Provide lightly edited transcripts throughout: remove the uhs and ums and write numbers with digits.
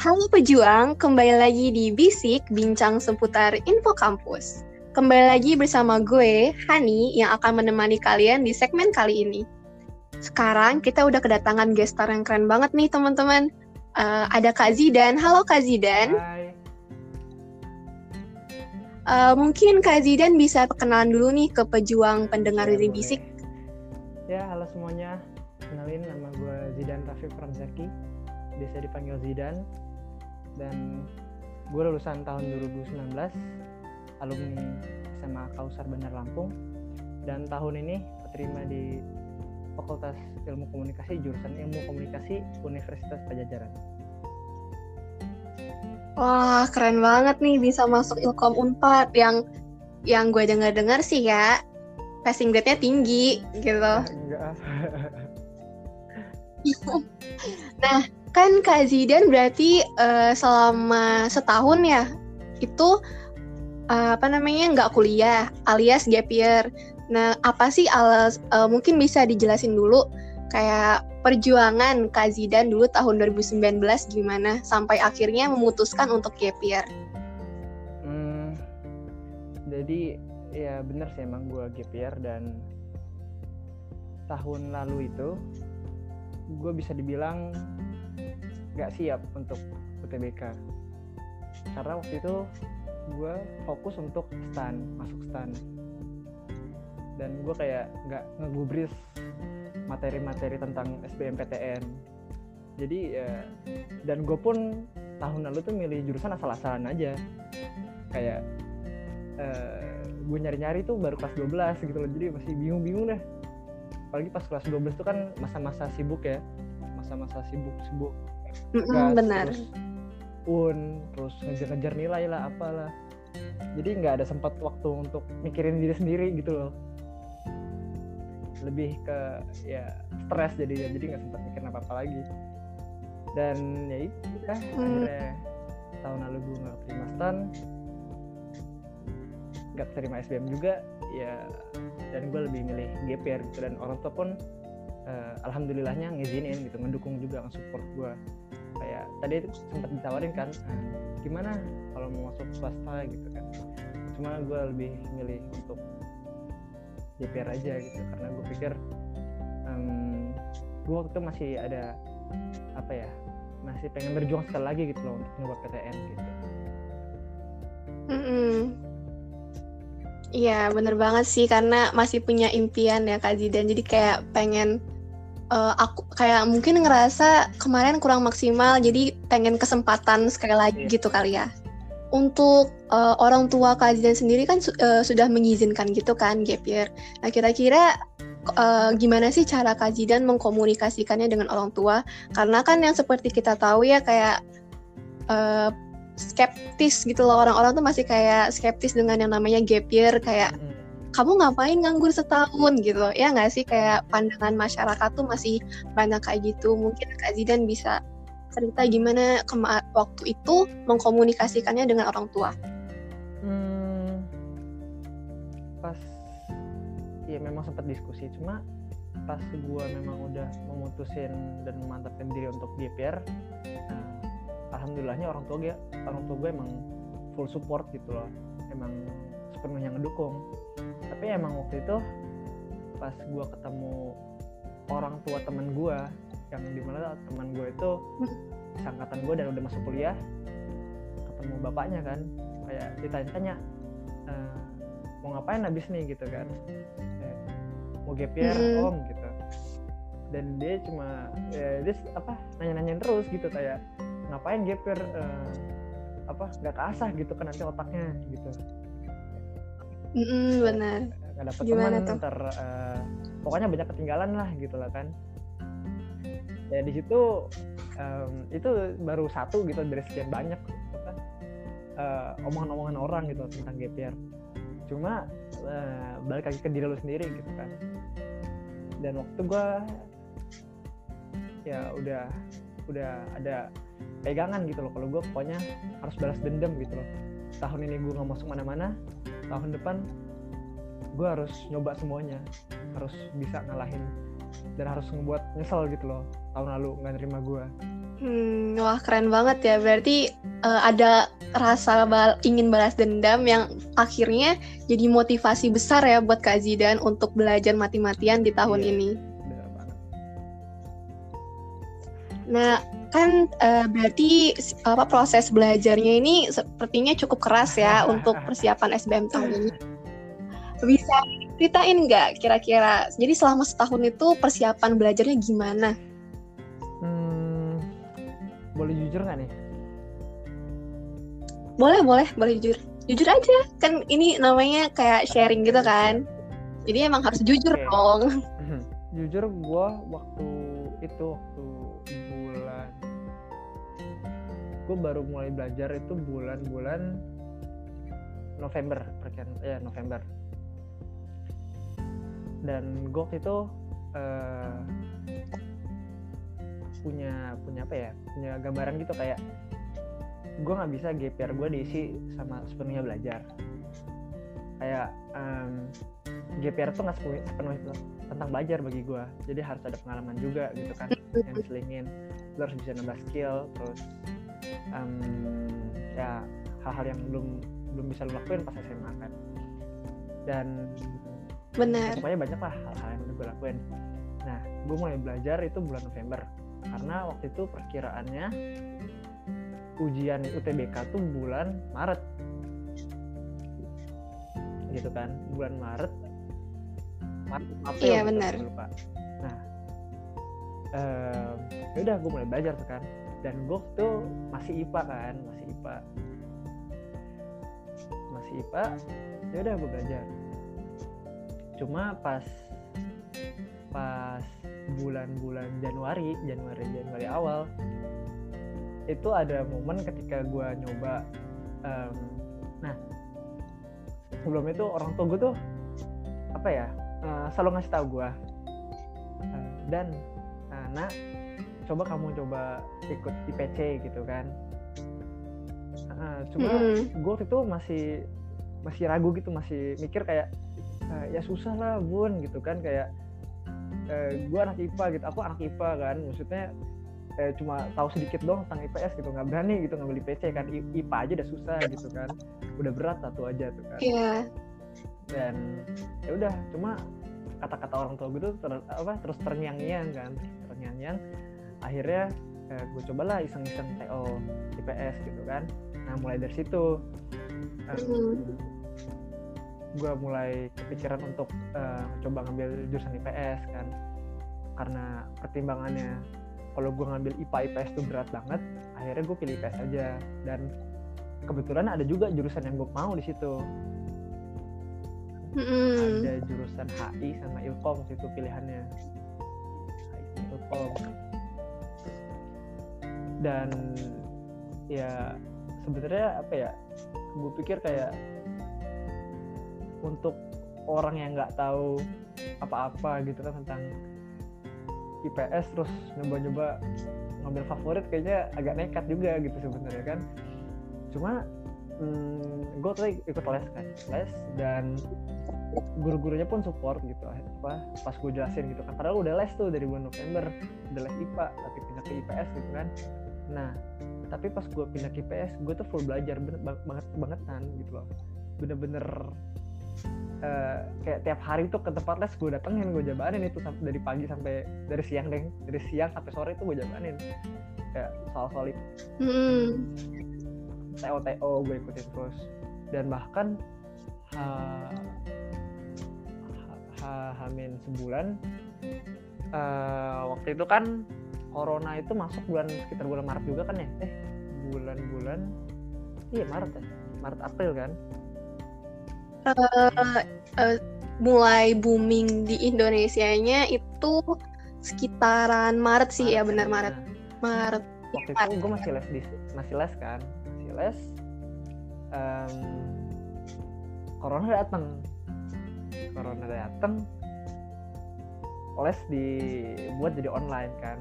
Halo pejuang, kembali lagi di Bisik, bincang seputar info kampus. Kembali lagi bersama gue, Hani, yang akan menemani kalian di segmen kali ini. Sekarang kita udah kedatangan guest star yang keren banget nih teman-teman. Ada Kak Zidan. Halo Kak Zidan. Hai. Mungkin Kak Zidan bisa perkenalan dulu nih ke pejuang pendengar dari Bisik. Ya, halo semuanya. Kenalin, nama gue Zidan Rafiq Ramzaki. Biasa dipanggil Zidan. Dan gue lulusan tahun 2019, alumni SMA Kausar Bandar Lampung. Dan tahun ini keterima di Fakultas Ilmu Komunikasi, jurusan Ilmu Komunikasi Universitas Padjadjaran. Wah, keren banget nih bisa masuk Ilkom Unpad yang gue dengar sih ya, passing grade-nya tinggi gitu. Enggak. Nah, kan Kak Zidan berarti selama setahun ya itu nggak kuliah alias gap year. Nah, apa sih mungkin bisa dijelasin dulu kayak perjuangan Kak Zidan dulu tahun 2019 gimana sampai akhirnya memutuskan untuk gap year? Jadi ya bener sih emang gue gap year, dan tahun lalu itu gue bisa dibilang gak siap untuk UTBK karena waktu itu gue fokus untuk masuk STAN, dan gue kayak gak ngegubris materi-materi tentang SBMPTN. Jadi dan gue pun tahun lalu tuh milih jurusan asal-asalan aja, kayak gue nyari-nyari tuh baru kelas 12 gitu loh, jadi masih bingung-bingung deh. Apalagi pas kelas 12 tuh kan masa-masa sibuk ya, masa-masa sibuk Benar. Terus ngejar-ngejar nilai lah apalah, jadi nggak ada sempat waktu untuk mikirin diri sendiri gitu loh, lebih ke ya stres jadi nggak sempat mikirin apa-apa lagi. Dan ya itu akhirnya tahun lalu gue nggak terima STAN, nggak terima SBM juga ya, dan gue lebih milih gap year gitu. Dan orang tua pun alhamdulillahnya ngizinin gitu, ngedukung juga, nge-support gue. Kayak tadi itu sempat ditawarin kan, gimana kalau mau masuk swasta gitu kan, cuma gue lebih milih untuk gap year aja gitu, karena gue pikir gue waktu itu masih ada masih pengen berjuang sekali lagi gitu loh untuk nyoba PTN gitu. Iya, bener banget sih, karena masih punya impian ya Kak Zidan. Jadi kayak pengen, aku kayak mungkin ngerasa kemarin kurang maksimal, jadi pengen kesempatan sekali lagi gitu kali ya. Untuk orang tua Kak Zidan sendiri kan sudah mengizinkan gitu kan gap year. Nah, kira-kira gimana sih cara Kak Zidan mengkomunikasikannya dengan orang tua? Karena kan yang seperti kita tahu ya kayak skeptis gitu loh, orang-orang tuh masih kayak skeptis dengan yang namanya gap year, kayak kamu ngapain nganggur setahun gitu ya nggak sih, kayak pandangan masyarakat tuh masih banyak kayak gitu. Mungkin Kak Zidan bisa cerita gimana waktu itu mengkomunikasikannya dengan orang tua. Pas ya memang sempat diskusi, cuma pas gue memang udah memutusin dan memantapkan diri untuk gap year, alhamdulillahnya orang tua gue emang full support gitu loh, emang sepenuhnya ngedukung. Tapi emang waktu itu pas gue ketemu orang tua teman gue, yang dimana teman gue itu seangkatan gue dan udah masuk kuliah, ketemu bapaknya kan, kayak ditanya-tanya mau ngapain abis nih gitu kan, mau gap year om gitu. Dan dia cuma nanya-nanyain terus gitu, kayak ngapain gap year, nggak keasah gitu kan nanti otaknya gitu. Benar. Nggak dapet teman ntar pokoknya banyak ketinggalan lah gitu lah kan. Ya di situ itu baru satu gitu dari sekian banyak omongan-omongan orang gitu tentang gap year. Cuma balik lagi ke diri lu sendiri gitu kan. Dan waktu gue ya udah ada pegangan gitu loh, kalau gue pokoknya harus balas dendam gitu loh. Tahun ini gue nggak masuk mana-mana, tahun depan gue harus nyoba semuanya, harus bisa ngalahin dan harus ngebuat nyesel gitu loh tahun lalu nggak nerima gue. Wah keren banget ya. Berarti ada rasa ingin balas dendam yang akhirnya jadi motivasi besar ya buat Kak Zidan untuk belajar mati-matian di tahun ini. Benar banget. Nah kan berarti proses belajarnya ini sepertinya cukup keras ya untuk persiapan SBM tahun ini. Bisa ceritain nggak kira-kira? Jadi selama setahun itu persiapan belajarnya gimana? Boleh jujur nggak nih? Boleh jujur aja, kan ini namanya kayak sharing gitu kan, jadi emang harus jujur dong. Jujur gue waktu gue baru mulai belajar itu bulan November, November. Dan gue waktu itu punya gambaran gitu kayak gue nggak bisa gap year gue diisi sama sepenuhnya belajar. Kayak gap year tuh nggak sepenuhnya tentang belajar bagi gue, jadi harus ada pengalaman juga gitu kan yang diselingin. Lo harus bisa nambah skill, terus ya hal-hal yang belum bisa lo lakuin pas SMA kan. Dan benar, pokoknya banyak lah hal-hal yang udah gue lakuin. Nah gue mulai belajar itu bulan November karena waktu itu perkiraannya ujian UTBK tuh bulan Maret gitu kan, bulan Maret April. Iya benar. Lupa. Nah yaudah gue mulai belajar tuh kan, dan gue tuh masih IPA kan, masih IPA. Yaudah gue belajar. Cuma pas bulan-bulan Januari awal itu ada momen ketika gue nyoba nah sebelum itu orang tua gue tuh selalu ngasih tahu gue dan nak coba ikut IPC gitu kan. Cuma gue waktu itu masih ragu gitu, masih mikir kayak ya susah lah bun gitu kan, kayak gue anak IPA gitu, aku anak IPA kan, maksudnya cuma tahu sedikit dong tentang IPS gitu, nggak berani gitu ngambil IPC kan, IPA aja udah susah gitu kan, udah berat satu aja tuh kan. Dan ya udah, cuma kata-kata orang tua gue tuh terus terngiang-ngiang kan, akhirnya gue cobalah iseng-iseng TO IPS gitu kan. Nah mulai dari situ gue mulai kepikiran untuk coba ngambil jurusan IPS kan, karena pertimbangannya kalau gue ngambil IPA IPS tuh berat banget, akhirnya gue pilih IPS aja. Dan kebetulan ada juga jurusan yang gue mau di situ. Ada jurusan HI sama Ilkom itu pilihannya, HI Ilkom. Dan ya sebenarnya gue pikir kayak untuk orang yang nggak tahu apa-apa gitu kan tentang IPS terus nyoba-nyoba ngambil favorit kayaknya agak nekat juga gitu sebenarnya kan. Cuma gue tuh ikut les dan guru-gurunya pun support gitu pas gue jelasin gitu kan, padahal udah les tuh dari bulan November, udah les IPA tapi pindah ke IPS gitu kan. Nah tapi pas gue pindah ke IPS gue tuh full belajar bangetan gitu loh, bener-bener kayak tiap hari tuh ke tempat les gue datengin, gue jabanin itu dari pagi sampai dari siang sampai sore itu gue jabanin kayak soal-soal itu. TO gue ikutin terus, dan bahkan hamin sebulan waktu itu kan corona itu masuk sekitar bulan Maret juga kan ya, Maret April kan. Mulai booming di Indonesianya itu sekitaran Maret sih ya, benar Maret. Waktu itu gue masih les kan, corona datang, les dibuat jadi online kan,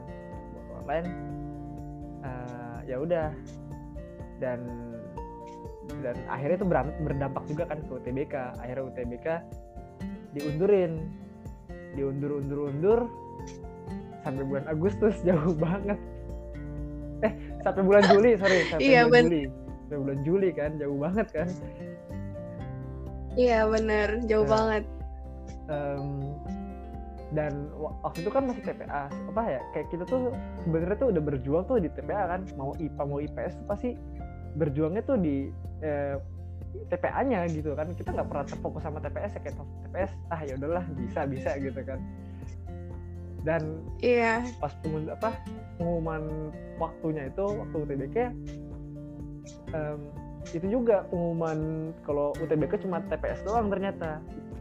ya udah, dan akhirnya itu berdampak juga kan ke UTBK. Akhirnya UTBK diundur sampai bulan Agustus, jauh banget. sampai bulan Juli Iya, sampai bulan Juli kan, jauh banget kan. iya bener, jauh banget. Dan waktu itu kan masih TPA, apa ya, kayak kita tuh sebenarnya tuh udah berjuang tuh di TPA kan, mau IPA mau IPS tuh pasti berjuangnya tuh di TPA-nya gitu kan. Kita nggak pernah terfokus sama TPS ya, kayak TPS ya udahlah bisa gitu kan. Dan Iya. pas pengumuman waktunya itu, waktu UTBK itu juga pengumuman kalau UTBK cuma TPS doang ternyata.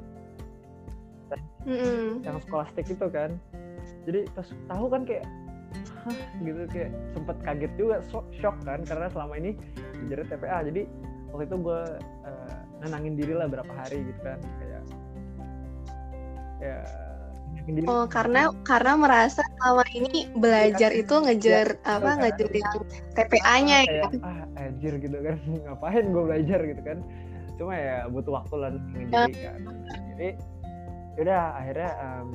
Yang skolastik itu kan. Jadi pas tahu kan kayak gitu, kayak sempet kaget juga, shock kan, karena selama ini jadi TPA. Jadi waktu itu gue nenangin diri lah berapa hari gitu kan, kayak ya diri. Oh, karena merasa selama ini belajar itu ngejar ngejar yang TPA-nya kayak, gitu. Anjir gitu kan, ngapain gue belajar gitu kan. Cuma ya butuh waktu lah nenangin diri kan. Jadi yaudah akhirnya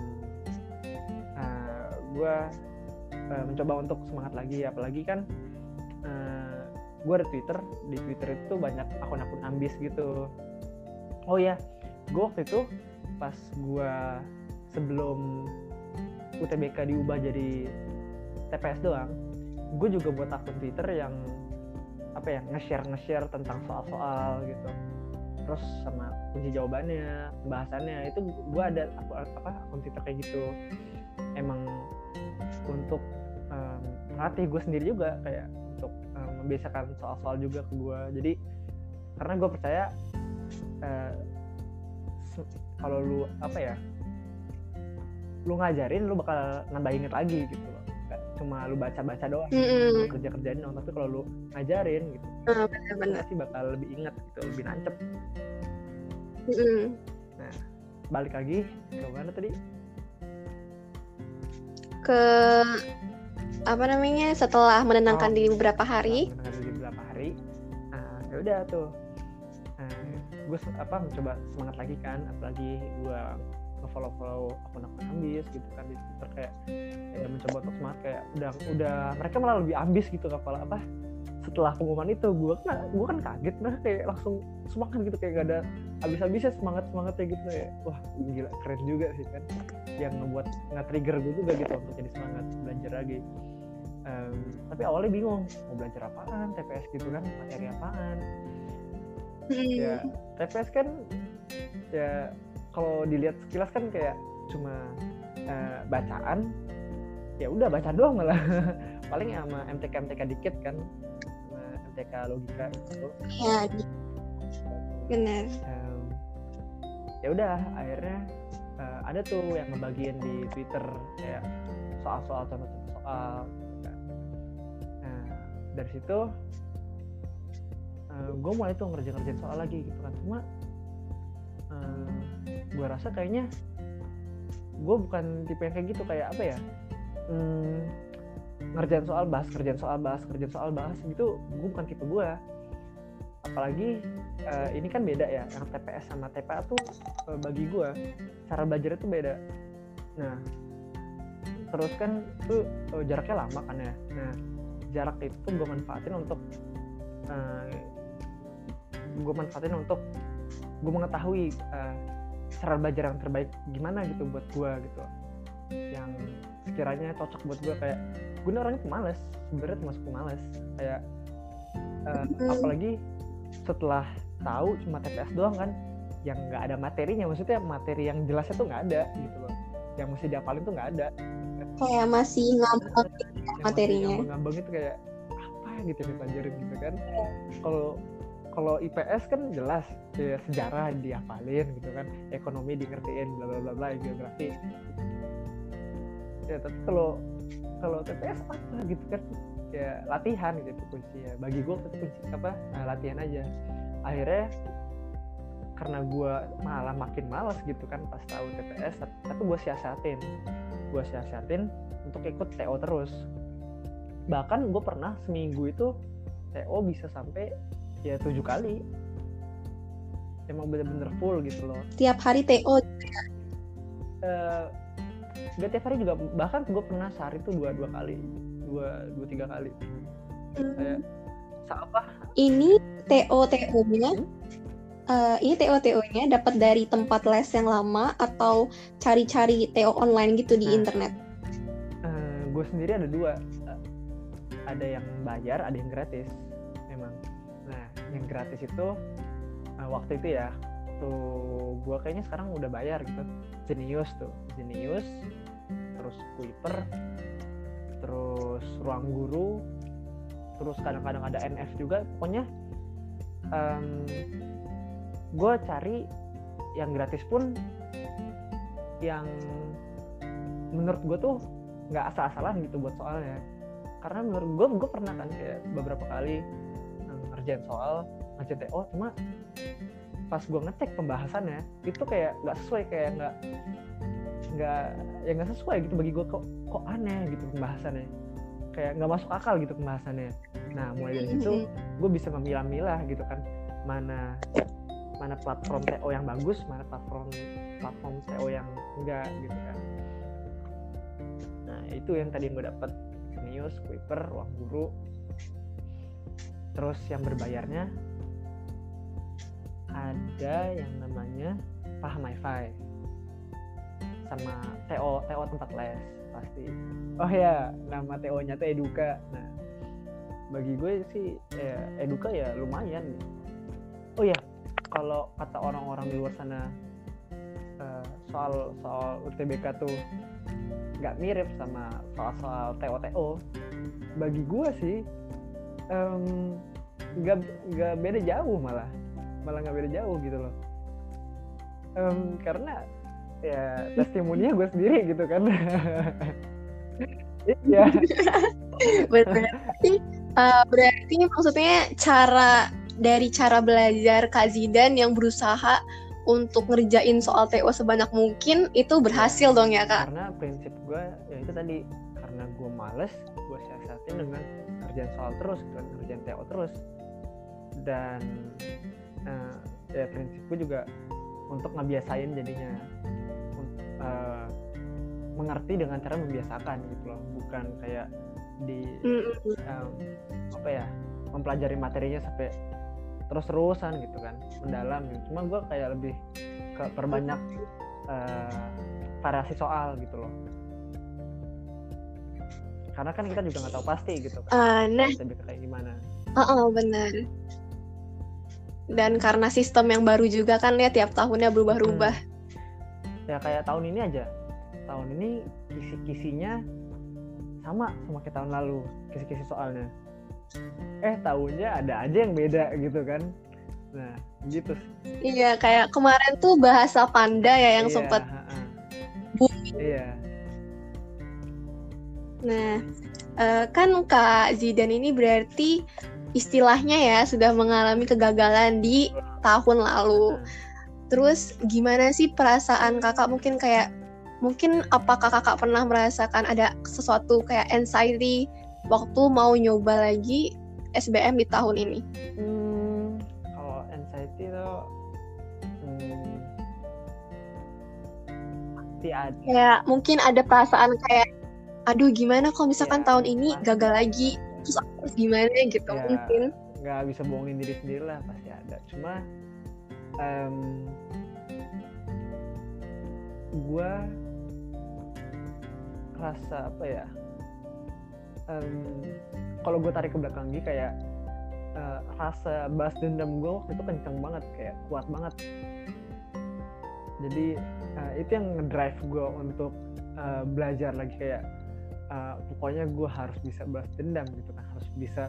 gue mencoba untuk semangat lagi, apalagi kan gue ada di Twitter itu banyak akun-akun ambis gitu. Oh ya, gue waktu itu pas gue sebelum UTBK diubah jadi TPS doang, gue juga buat akun Twitter yang nge-share tentang soal-soal gitu, terus sama kunci jawabannya, pembahasannya. Itu gue ada akun Twitter kayak gitu, emang untuk melatih gue sendiri juga, kayak untuk membiasakan soal-soal juga ke gue. Jadi karena gue percaya kalau lu lu ngajarin, lu bakal nambah inget lagi gitu loh. Gak cuma lu baca-baca doang, lu kerja-kerjain doang, tapi kalau lu ngajarin gitu, benar-benar pasti bakal lebih inget gitu, lebih nancep. Nah, balik lagi ke mana tadi? Ke setelah menenangkan diri beberapa hari. Ya udah tuh, gue mencoba semangat lagi kan, apalagi gue nge-follow akun-akun ambis gitu kan di Twitter, kayak mencoba untuk semangat, kayak udah mereka malah lebih ambis gitu, kepala setelah pengumuman itu gue kan kaget, mereka kayak langsung semangat gitu, kayak gak ada habis-habisnya semangatnya gitu, kayak wah gila, keren juga sih kan, yang nge-trigger gue juga gitu untuk jadi semangat belajar lagi. Tapi awalnya bingung mau belajar apaan, TPS gitu kan, materi apaan. Ya TPS kan ya kalau dilihat sekilas kan kayak cuma bacaan, ya udah baca doang malah. Paling sama MTK dikit kan, sama MTK logika gitu. Iya, benar. Ya udah akhirnya ada tuh yang ngebagiin di Twitter kayak soal-soal, contoh-contoh soal. Nah dari situ gue mulai tuh ngerjain soal lagi gitu kan. Cuma gue rasa kayaknya gue bukan tipe yang kayak gitu, kayak ngerjain soal bahas gitu, gue bukan tipe gue. Apalagi ini kan beda ya, yang TPS sama TPA tuh bagi gue cara belajar itu beda. Nah terus kan tuh jaraknya lama kan ya. Nah jarak itu gue manfaatin untuk gue mengetahui cara belajar yang terbaik gimana gitu buat gue gitu, yang sekiranya cocok buat gue. Kayak gue orangnya pemalas, sebenarnya termasuk pemalas, kayak apalagi setelah tahu cuma TPS doang kan, yang nggak ada materinya, maksudnya materi yang jelasnya tuh nggak ada gitu loh, yang mesti diapalin tuh nggak ada, kayak masih ngambang materinya, ngambang itu kayak apa gitu yang dipelajarin gitu kan. Kalau IPS kan jelas ya, sejarah dihafalin gitu kan, ekonomi di ngertiin, bla bla bla, geografi ya. Tapi kalau TPS apa gitu kan, ya latihan gitu kuncinya. Bagi gue itu kunci latihan aja. Akhirnya karena gue malah makin malas gitu kan pas tahu TPS, tapi gue siasatin untuk ikut TO terus. Bahkan gue pernah seminggu itu TO bisa sampai 7 kali. Emang bener-bener full gitu loh. Tiap hari TO? nggak tiap hari juga, bahkan gue pernah sehari tuh dua tiga kali kayak apa Ini TO-nya ini TO-nya dapat dari tempat les yang lama atau cari-cari TO online gitu di internet? Gue sendiri ada dua, ada yang bayar, ada yang gratis memang. Nah yang gratis itu waktu itu ya tuh gue kayaknya sekarang udah bayar gitu, Genius, terus Kuiper, terus Ruang Guru, terus kadang-kadang ada NF juga. Pokoknya gue cari yang gratis pun yang menurut gue tuh nggak asal-asalan gitu buat soalnya. Karena menurut gue pernah kan kayak beberapa kali ngerjain TO, cuma pas gue ngecek pembahasannya itu kayak nggak sesuai, kayak nggak sesuai gitu bagi gue, kok aneh gitu pembahasannya, kayak nggak masuk akal gitu pembahasannya. Nah mulai dari situ gue bisa memilah-milah gitu kan, mana platform TO yang bagus, mana platform TO yang enggak gitu kan. Nah itu yang tadi gue dapet, Genius, Kuiper, Ruang Guru. Terus yang berbayarnya ada yang namanya Paham Hi-Fi sama TO tempat les pasti. Oh ya, nama TO-nya tuh Eduka. Nah bagi gue sih Eduka ya lumayan. Oh ya, kalau kata orang-orang di luar sana soal UTBK tuh nggak mirip sama soal TO, bagi gue sih nggak beda jauh, malah nggak beda jauh gitu loh. Karena ya testimoninya gue sendiri gitu kan. Iya. Berarti maksudnya dari cara belajar Kak Zidan yang berusaha untuk ngerjain soal TO sebanyak mungkin itu berhasil dong ya Kak? Karena prinsip gue ya itu tadi, karena gue males, gue siasatin dengan ngerjain soal terus, ngerjain TO terus. Dan ya prinsip gue juga untuk ngebiasain jadinya mengerti dengan cara membiasakan gitu loh, bukan kayak di mempelajari materinya sampai terus-terusan gitu kan, mendalam gitu. Cuma gue kayak lebih ke perbanyak variasi soal gitu loh, karena kan kita juga nggak tahu pasti gitu kan kayak gimana. Benar. Dan karena sistem yang baru juga kan ya, tiap tahunnya berubah-ubah. Ya kayak tahun ini aja, tahun ini kisi-kisinya sama kayak tahun lalu, kisi-kisi soalnya. Tahunnya ada aja yang beda gitu kan. Nah gitu sih. Iya, kayak kemarin tuh bahasa Panda ya yang sempat booming. Iya. Nah kan Kak Zidan ini berarti istilahnya ya sudah mengalami kegagalan di tahun lalu. Terus gimana sih perasaan kakak? Mungkin apakah kakak pernah merasakan ada sesuatu kayak anxiety waktu mau nyoba lagi SBM di tahun ini? Kalau anxiety itu pasti ada. Ya mungkin ada perasaan kayak, aduh gimana kalau misalkan tahun ini gagal lagi, terus harus gimana gitu ya, mungkin. Nggak bisa bohongin diri sendiri lah, pasti ada. Cuma gue rasa apa ya, kalau gue tarik ke belakang lagi kayak rasa balas dendam gue waktu itu kenceng banget, kayak kuat banget. Jadi itu yang ngedrive gue untuk belajar lagi, kayak pokoknya gue harus bisa balas dendam gitu kan, harus bisa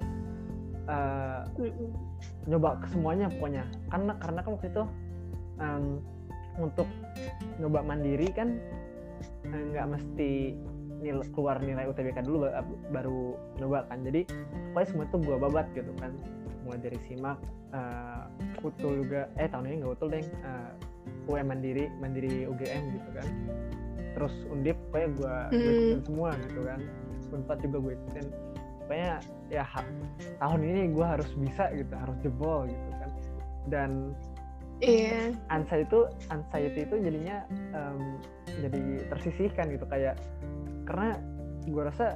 nyoba ke semuanya pokoknya. Karena kan waktu itu untuk nyoba mandiri kan nggak mesti keluar nilai UTBK dulu baru nyoba kan. Jadi pokoknya semua itu gue babat gitu kan, mulai dari SIMAK, UTUL juga, tahun ini nggak UTUL deh, UM mandiri UGM gitu kan, terus Undip pokoknya gue ikutin semua gitu kan, Unpad juga gue ikutin. Pokoknya ya tahun ini gue harus bisa gitu, harus jebol gitu kan. Dan anxiety itu jadinya jadi tersisihkan gitu, kayak karena gue rasa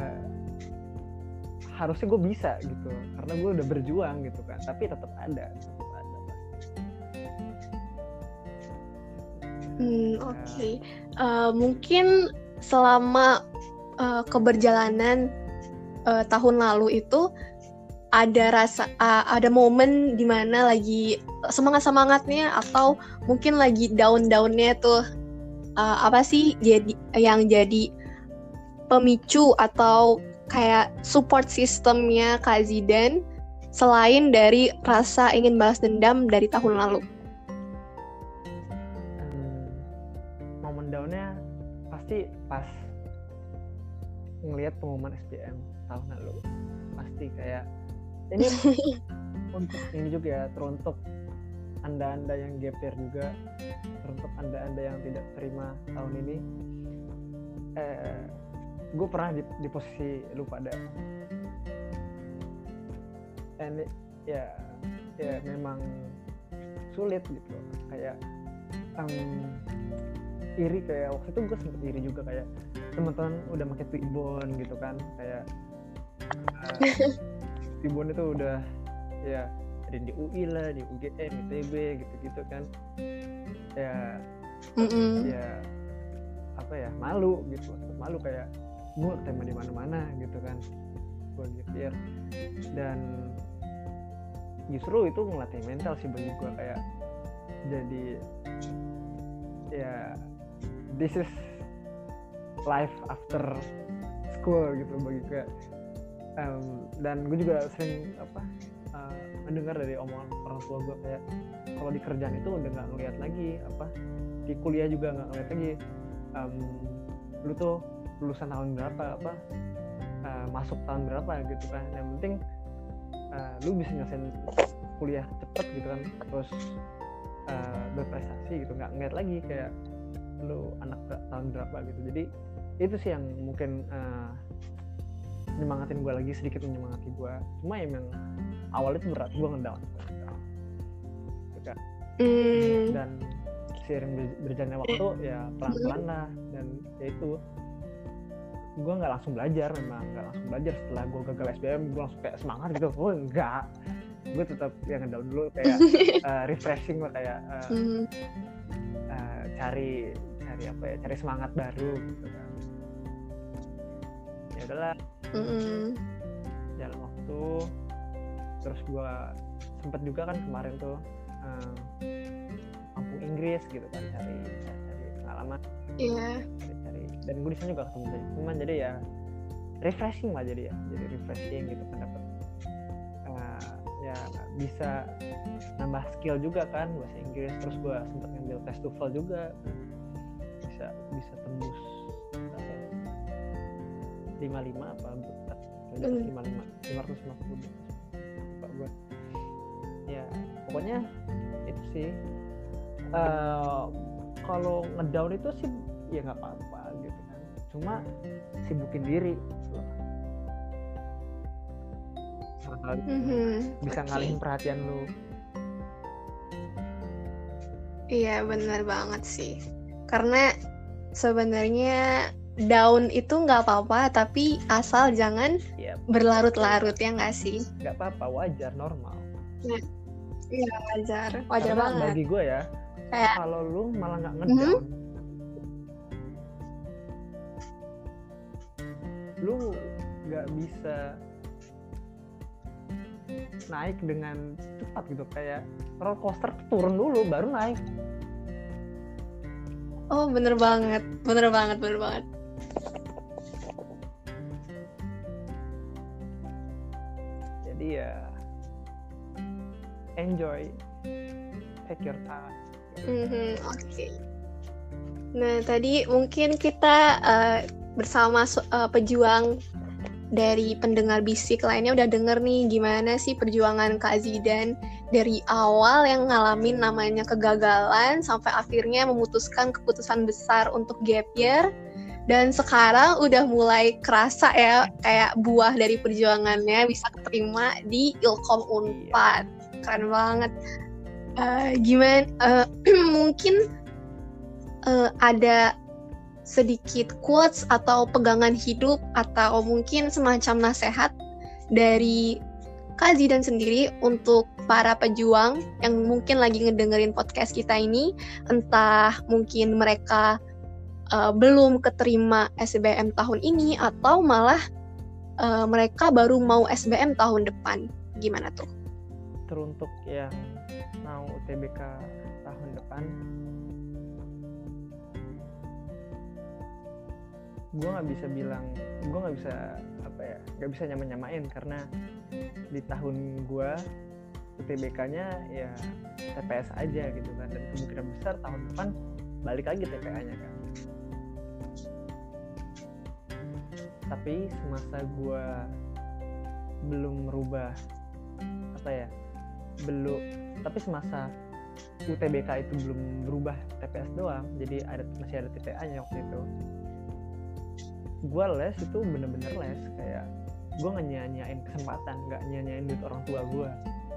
harusnya gue bisa gitu karena gue udah berjuang gitu kan, tapi tetap ada. Oke. Mungkin selama keberjalanan tahun lalu itu ada momen dimana lagi semangatnya atau mungkin lagi downnya tuh, apa sih yang jadi pemicu atau kayak support sistemnya Kak Zidan selain dari rasa ingin balas dendam dari tahun lalu? Momen downnya pasti pas ngelihat pengumuman SBM tahun lalu, pasti kayak ini untuk ini juga ya, teruntuk anda yang gap year juga, teruntuk anda yang tidak terima tahun ini. Gue pernah di posisi lu pada, and ya memang sulit gitu, kayak iri, kayak waktu itu gue sempet iri juga, kayak teman-teman udah pakai Twibbon gitu kan, kayak Twibbon itu udah ya ada di UI lah, di UGM, ITB gitu kan, ya apa ya, malu gitu, malu kayak gue tema di mana-mana gitu kan, gue gitu. Dan justru itu ngelatih mental sih bagi gue, kayak jadi ya this is life after school gitu bagi gue. Dan gue juga sering mendengar dari omongan orang tua gue, kayak kalau di kerjaan itu udah nggak ngeliat lagi, di kuliah juga nggak ngeliat lagi lu tuh lulusan tahun berapa, masuk tahun berapa gitu kan, yang penting lu bisa nyelesain kuliah cepet gitu kan, terus berprestasi gitu, nggak ngeliat lagi kayak lu anak tahun berapa gitu. Jadi itu sih yang mungkin nyemangatin gue lagi, sedikit menyemangati gue. Cuma emang awalnya itu berat, gue ngedown gitu. Dan seiring berjalannya waktu ya pelan-pelan lah, dan ya itu gue nggak langsung belajar, setelah gue gagal SBM gue langsung kayak semangat gitu. Oh enggak, gue tetap yang ngedown dulu, kayak refreshing lah, kayak cari semangat baru gitu kan. Ya udahlah, jalan waktu, terus gue sempet juga kan kemarin tuh kampung Inggris gitu kan, cari pengalaman. Cari, dan gue di sana juga ketemu teman, jadi ya refreshing lah, jadi refreshing gitu kan, dapat ya bisa nambah skill juga kan bahasa Inggris. Terus gue sempet ngambil tes TOEFL juga kan, bisa tembus 55 apa 550 Pak gue. Ya pokoknya itu sih, kalau ngedown itu sih ya nggak apa-apa gitu kan, cuma sibukin diri gitu. Bisa ngalihin perhatian lu. Iya benar banget sih, karena sebenarnya down itu nggak apa-apa, tapi asal jangan berlarut-larut, ya nggak sih? Nggak apa-apa, wajar, normal. Iya wajar banget. Bagi gue ya, kalau lu malah nggak ngedown, lu nggak bisa naik dengan cepat gitu, kayak roller coaster turun dulu baru naik. Oh bener banget. Jadi ya enjoy, take your time. Oke. Nah tadi mungkin kita bersama pejuang dari pendengar bisik lainnya udah denger nih gimana sih perjuangan Kak Zidan dari awal yang ngalamin namanya kegagalan sampai akhirnya memutuskan keputusan besar untuk gap year, dan sekarang udah mulai kerasa ya kayak buah dari perjuangannya bisa keterima di Ilkom Unpad. Keren banget. Gimana mungkin ada sedikit quotes atau pegangan hidup atau mungkin semacam nasihat dari Kak Zidan sendiri untuk para pejuang yang mungkin lagi ngedengerin podcast kita ini, entah mungkin mereka belum keterima SBM tahun ini atau malah mereka baru mau SBM tahun depan. Gimana tuh? Teruntuk yang mau UTBK tahun depan, gue nggak bisa nyamain karena di tahun gue UTBK-nya ya TPS aja gitu kan, dan kemungkinan besar tahun depan balik lagi TPA-nya kan. Tapi semasa gue belum merubah tapi semasa UTBK itu belum berubah TPS doang, jadi masih ada TPA-nya waktu itu. Gue les itu bener-bener les, kayak gue nggak nyanyain kesempatan, nggak nyanyain duit orang tua gue.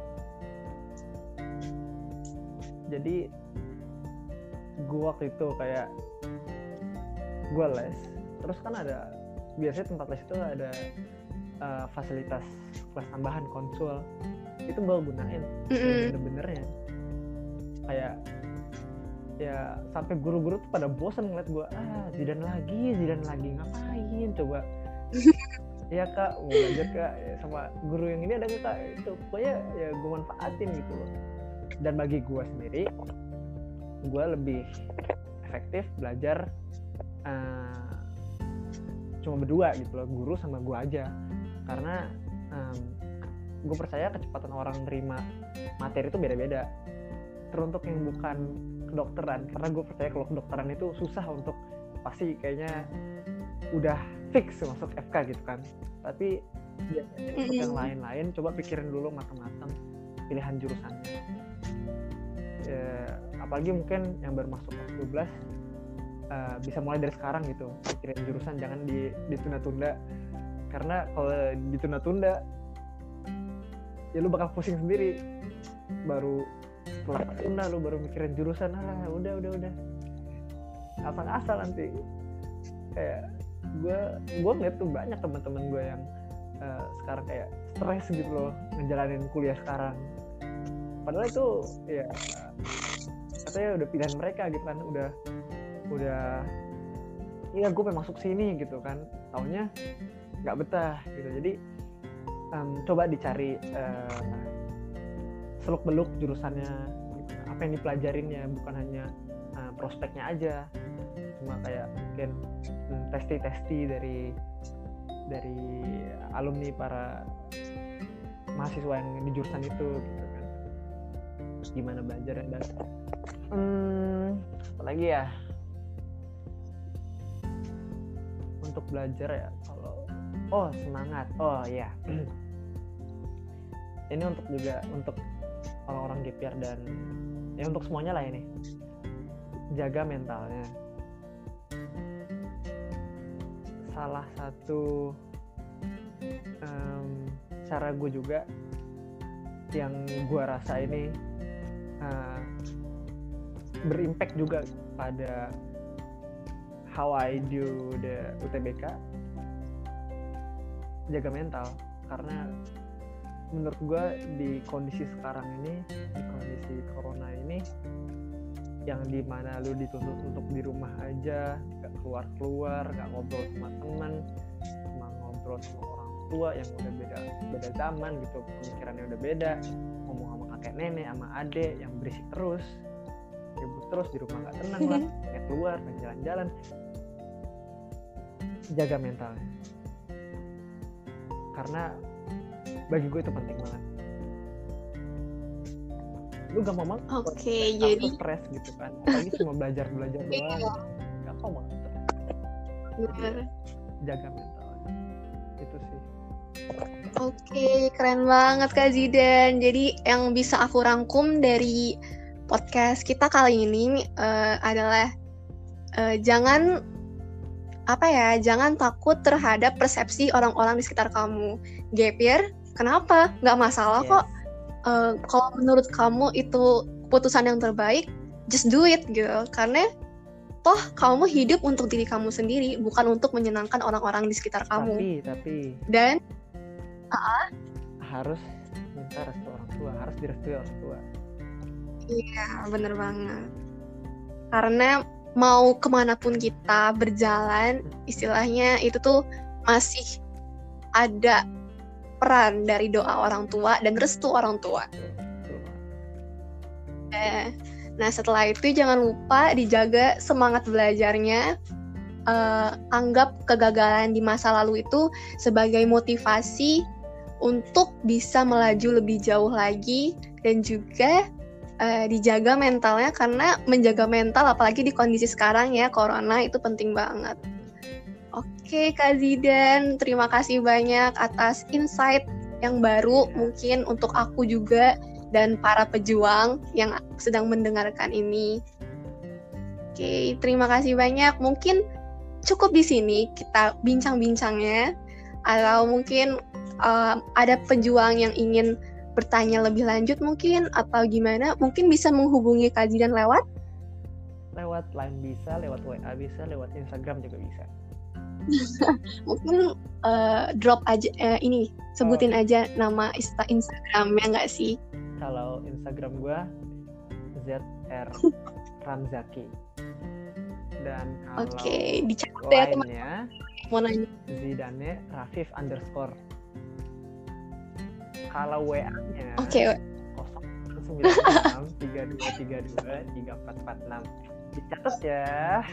Jadi gue waktu itu kayak gue les, terus kan ada biasanya tempat les itu ada fasilitas kelas tambahan, konsul, itu gue gunain bener-benernya. Kayak ya sampai guru-guru tuh pada bosan ngeliat gue, Zidan lagi ngapain coba. Ya kak, mau belajar kak, ya, sama guru yang ini ada nggak kak, itu pokoknya ya gue manfaatin gitu loh. Dan bagi gue sendiri, gue lebih efektif belajar cuma berdua gitu loh, guru sama gue aja. Karena gue percaya kecepatan orang nerima materi itu beda-beda. Teruntuk yang bukan kedokteran, karena gue percaya kalau kedokteran itu susah untuk, pasti kayaknya udah fix masuk FK gitu kan. Tapi ya, untuk yang lain-lain coba pikirin dulu matang-matang pilihan jurusannya. Apalagi mungkin yang baru masuk kelas 12, bisa mulai dari sekarang gitu, pikirin jurusan, jangan ditunda-tunda. Karena kalau ditunda-tunda ya lu bakal pusing sendiri. Baru setelah tunda lu baru mikirin jurusan, udah asal-asal nanti. Kayak gue ngeliat tuh banyak teman-teman gue yang sekarang kayak stres gitu loh ngejalanin kuliah sekarang, padahal itu ya katanya udah pilihan mereka gitu kan, udah iya gue pengen masuk sini gitu kan, taunya nggak betah gitu. Jadi coba dicari seluk-beluk jurusannya gitu, apa yang dipelajarinnya, bukan hanya prospeknya aja, cuma kayak mungkin testi dari alumni para mahasiswa yang di jurusan itu gitu kan, terus gimana belajar dan apa lagi ya untuk belajar ya, kalau semangat, ya ini untuk orang-orang GPR dan ya untuk semuanya lah ini, jaga mentalnya. Salah satu cara gue juga yang gue rasa ini berimpact juga pada how I do the UTBK, jaga mental. Karena menurut gue di kondisi sekarang ini, di kondisi corona ini, yang dimana lu dituntut untuk di rumah aja, gak keluar, gak ngobrol sama teman, cuma ngobrol sama orang tua yang udah beda zaman gitu, pemikirannya udah beda, ngomong sama kakek nenek, sama adek yang berisik terus, ribut terus, di rumah gak tenang lah, pengen keluar, pengen jalan-jalan. Jaga mentalnya, karena bagi gue itu penting banget. Lu gampang banget jadi stres gitu kan, apalagi cuma belajar doang, gampang banget. Bener. Jaga mental itu sih. Keren banget Kak Zidan. Jadi yang bisa aku rangkum dari podcast kita kali ini adalah jangan takut terhadap persepsi orang-orang di sekitar kamu. Gap year, kenapa? Nggak masalah kok. Kalau menurut kamu itu keputusan yang terbaik, just do it gitu. Karena toh kamu hidup untuk diri kamu sendiri, bukan untuk menyenangkan orang-orang di sekitar kamu. Tapi Dan harus minta restu orang tua, harus direstui orang tua. iya, bener banget. Karena mau kemanapun kita berjalan, istilahnya itu tuh masih ada peran dari doa orang tua dan restu orang tua. Nah, setelah itu jangan lupa dijaga semangat belajarnya. Anggap kegagalan di masa lalu itu sebagai motivasi untuk bisa melaju lebih jauh lagi, dan juga dijaga mentalnya, karena menjaga mental apalagi di kondisi sekarang ya, corona, itu penting banget. Oke, Kak Zidan, terima kasih banyak atas insight yang baru mungkin untuk aku juga dan para pejuang yang sedang mendengarkan ini. Oke, terima kasih banyak. Mungkin cukup di sini kita bincang-bincangnya. Atau mungkin ada pejuang yang ingin bertanya lebih lanjut mungkin, atau gimana, mungkin bisa menghubungi Kak Zidan lewat Line bisa, lewat WA bisa, lewat Instagram juga bisa. Mungkin drop aja sebutin aja nama Instagramnya nggak sih? Kalau Instagram gue ZR Ramzaki. Dan kalau dicatat ya lainnya mau nanya. Zidane Rafif _ Kalau WA-nya 09632323446. Dicatat ya.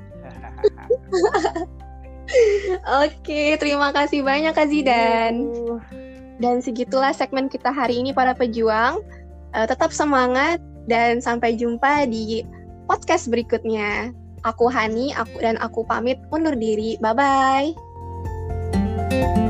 Oke, terima kasih banyak Kak Zidan. Dan segitulah segmen kita hari ini para pejuang. Tetap semangat dan sampai jumpa di podcast berikutnya. Aku Hani, aku pamit undur diri. Bye-bye.